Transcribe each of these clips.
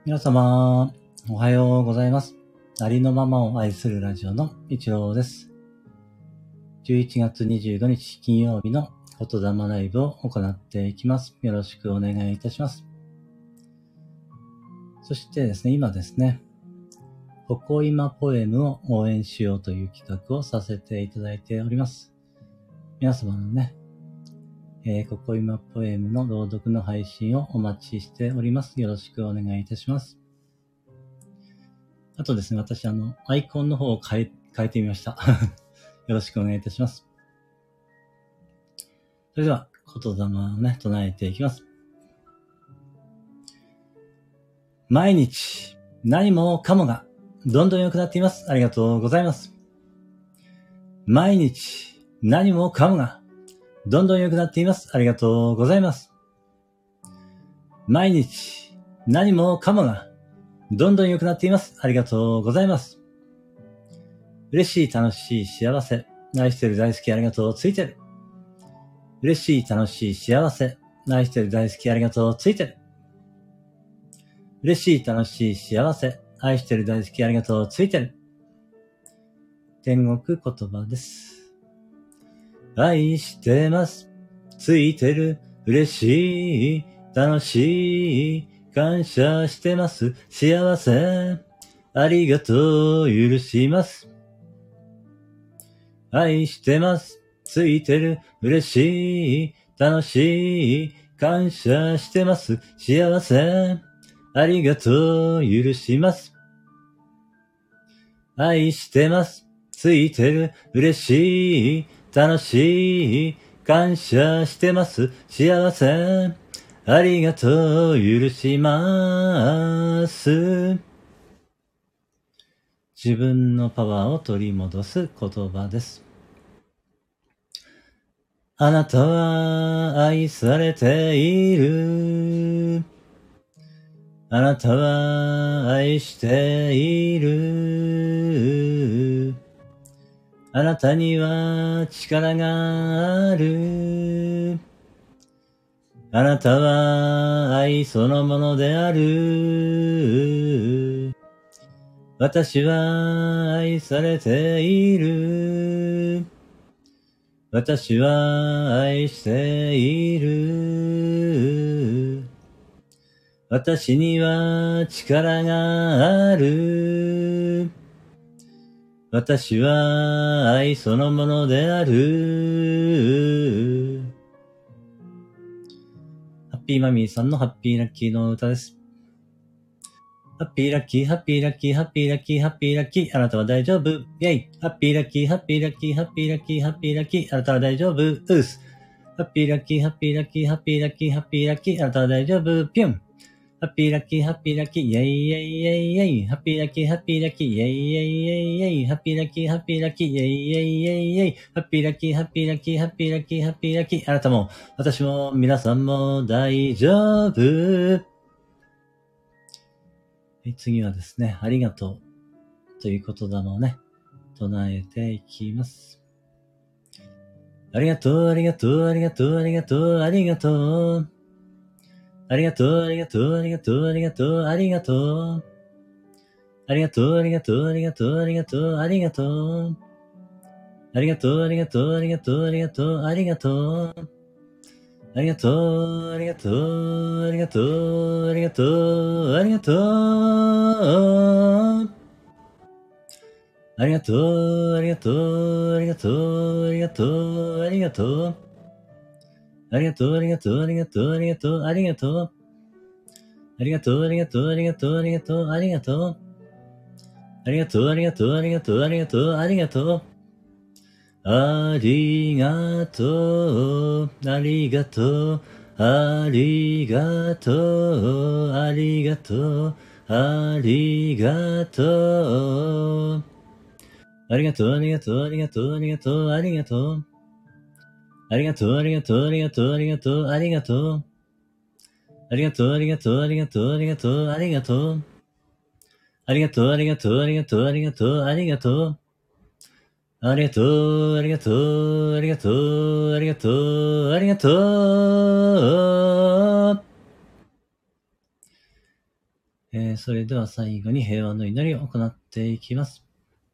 皆様、おはようございます。ありのままを愛するラジオの一郎です。11月25日金曜日の言霊ライブを行っていきます。よろしくお願いいたします。そしてですね、今ですね、ここ今ポエムを応援しようという企画をさせていただいております。皆様のね、ここ今ポエムの朗読の配信をお待ちしております。よろしくお願いいたします。あとですね、私アイコンの方を変えてみました。よろしくお願いいたします。それでは、言霊をね、唱えていきます。毎日、何もかもが、どんどん良くなっています。ありがとうございます。毎日、何もかもが、どんどん良くなっています。ありがとうございます。毎日、何もかもが、どんどん良くなっています。ありがとうございます。嬉しい、楽しい、幸せ。愛してる、大好き、ありがとう、ついてる。嬉しい、楽しい、幸せ。愛してる、大好き、ありがとう、ついてる。嬉しい、楽しい、幸せ。愛してる、大好き、ありがとう、ついてる。天国言葉です。愛してます。ついてる。嬉しい。楽しい。感謝してます。幸せ。ありがとう。許します。愛してます。ついてる。嬉しい。楽しい。感謝してます。幸せ。ありがとう。許します。愛してます。ついてる。嬉しい。楽しい。感謝してます。幸せ。ありがとう。許します。自分のパワーを取り戻す言葉です。あなたは愛されている。あなたは愛している。あなたには力がある。あなたは愛そのものである。私は愛されている。私は愛している。私には力がある。私は愛そのものである。ハッピーマミーさんのハッピーラッキーの歌です。ハッピーラッキー、ハッピーラッキー、ハッピーラッキー、ハッピーラッキー、あなたは大丈夫。イェイ。ハッピーラッキー、ハッピーラッキー、ハッピーラッキー、ハッピーラッキー、あなたは大丈夫。ウース。ハッピーラッキー、ハッピーラッキー、ハッピーラッキー、ハッピーラッキー、あなたは大丈夫。ピュン。ハッピーラッキー、ハッピーラッキー、イェイイェイイェイイェイ。ハッピーラッキー、ハッピーラッキー、イェイイェイイェイイェイ。ハッピーラッキー、ハッピーラッキー、イェイイェイイェイイェイ。ハッピーラッキー、ハッピーラッキー、ハッピーラッキー、ハッピーラッキー、あなたも、私も、皆さんも大丈夫。次はですね、ありがとうという言霊をね、唱えていきます。ありがとう、ありがとう、ありがとう、ありがとう、ありがとう。ありがとう、ありがとう、ありがとう、ありがとう、ありがとう。ありがとう、ありがとう、ありがとう、ありがとう、ありがとう。ありがとう、ありがとう、ありがとう、ありがとう、ありがとう。ありがとう、ありがとう、ありがとう、ありがとう、ありがとう。ありがとう、ありがとう、ありがとう、ありがとう、ありがとう。ありがとう、ありがとう、ありがとう、ありがとう、ありがとう。ありがとう、ありがとう、ありがとう、ありがとう、ありがとう。ありがとう、ありがとう、ありがとう、ありがとう、ありがとう。ありがとう、ありがとう、ありがとう、ありがとう、ありがとう。ありがとう、ありがとう、ありがとう、ありがとう、ありがとう。ありがとう、ありがとう、ありがとう、ありがとう、ありがとう。ありがとう、ありがとう、ありがとう、ありがとう、ありがとう。ありがとう、ありがとう、ありがとう、ありがとう、ありがとう。ありがとう、ありがとう、ありがとう、ありがとう、ありがとう。 それでは最後に平和の祈りを行っていきます。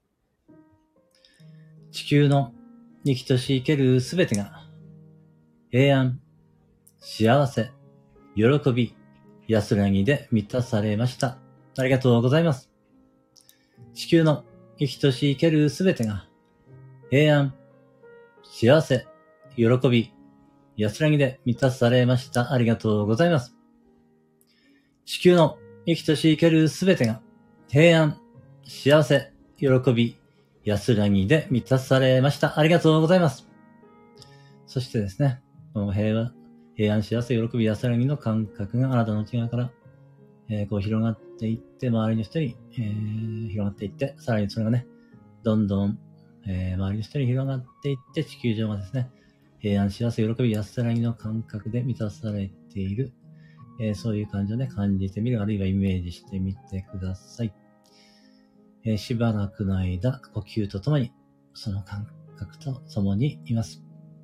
地球の生きとし生けるすべてが平安、幸せ、喜び、安らぎで満たされました。ありがとうございます。地球の生きとし生けるすべてが平安、幸せ、喜び、安らぎで満たされました。ありがとうございます。地球の生きとし生けるすべてが平安、幸せ、喜び、安らぎで満たされました。ありがとうございます。そしてですね、この平安、幸せ、喜び、安らぎの感覚があなたの内側から、こう広がっていって、周りの人に、広がっていって、さらにそれがね、どんどん、周りの人に広がっていって、地球上がですね、平安、幸せ、喜び、安らぎの感覚で満たされている、そういう感じをね、感じてみる、あるいはイメージしてみてください。しばらくの間、呼吸とともに、その感覚とともにいます。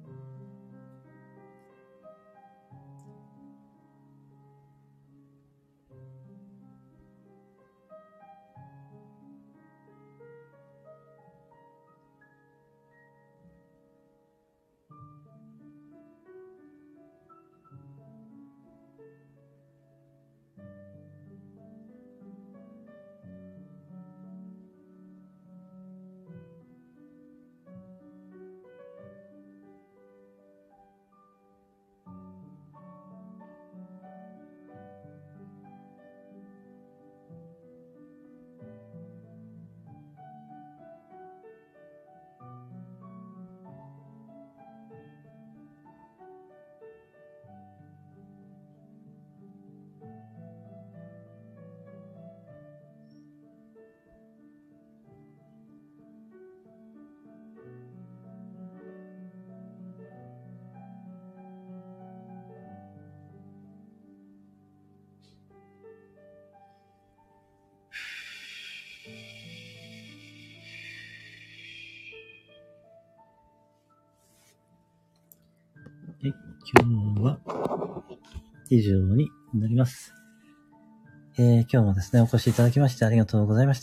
今日は以上になります。今日もですね、お越しいただきましてありがとうございました。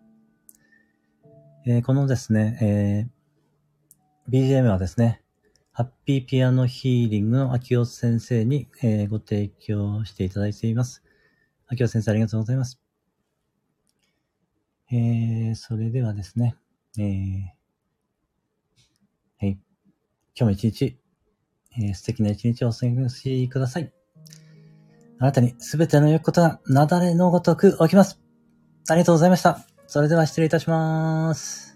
このですね、BGM はですね、ハッピーピアノヒーリングの秋尾先生に、ご提供していただいています。秋尾先生ありがとうございます。それではですね、はい。今日も一日、素敵な一日をお過ごしください。あなたにすべての良いことが雪崩のごとく起きます。ありがとうございました。それでは失礼いたします。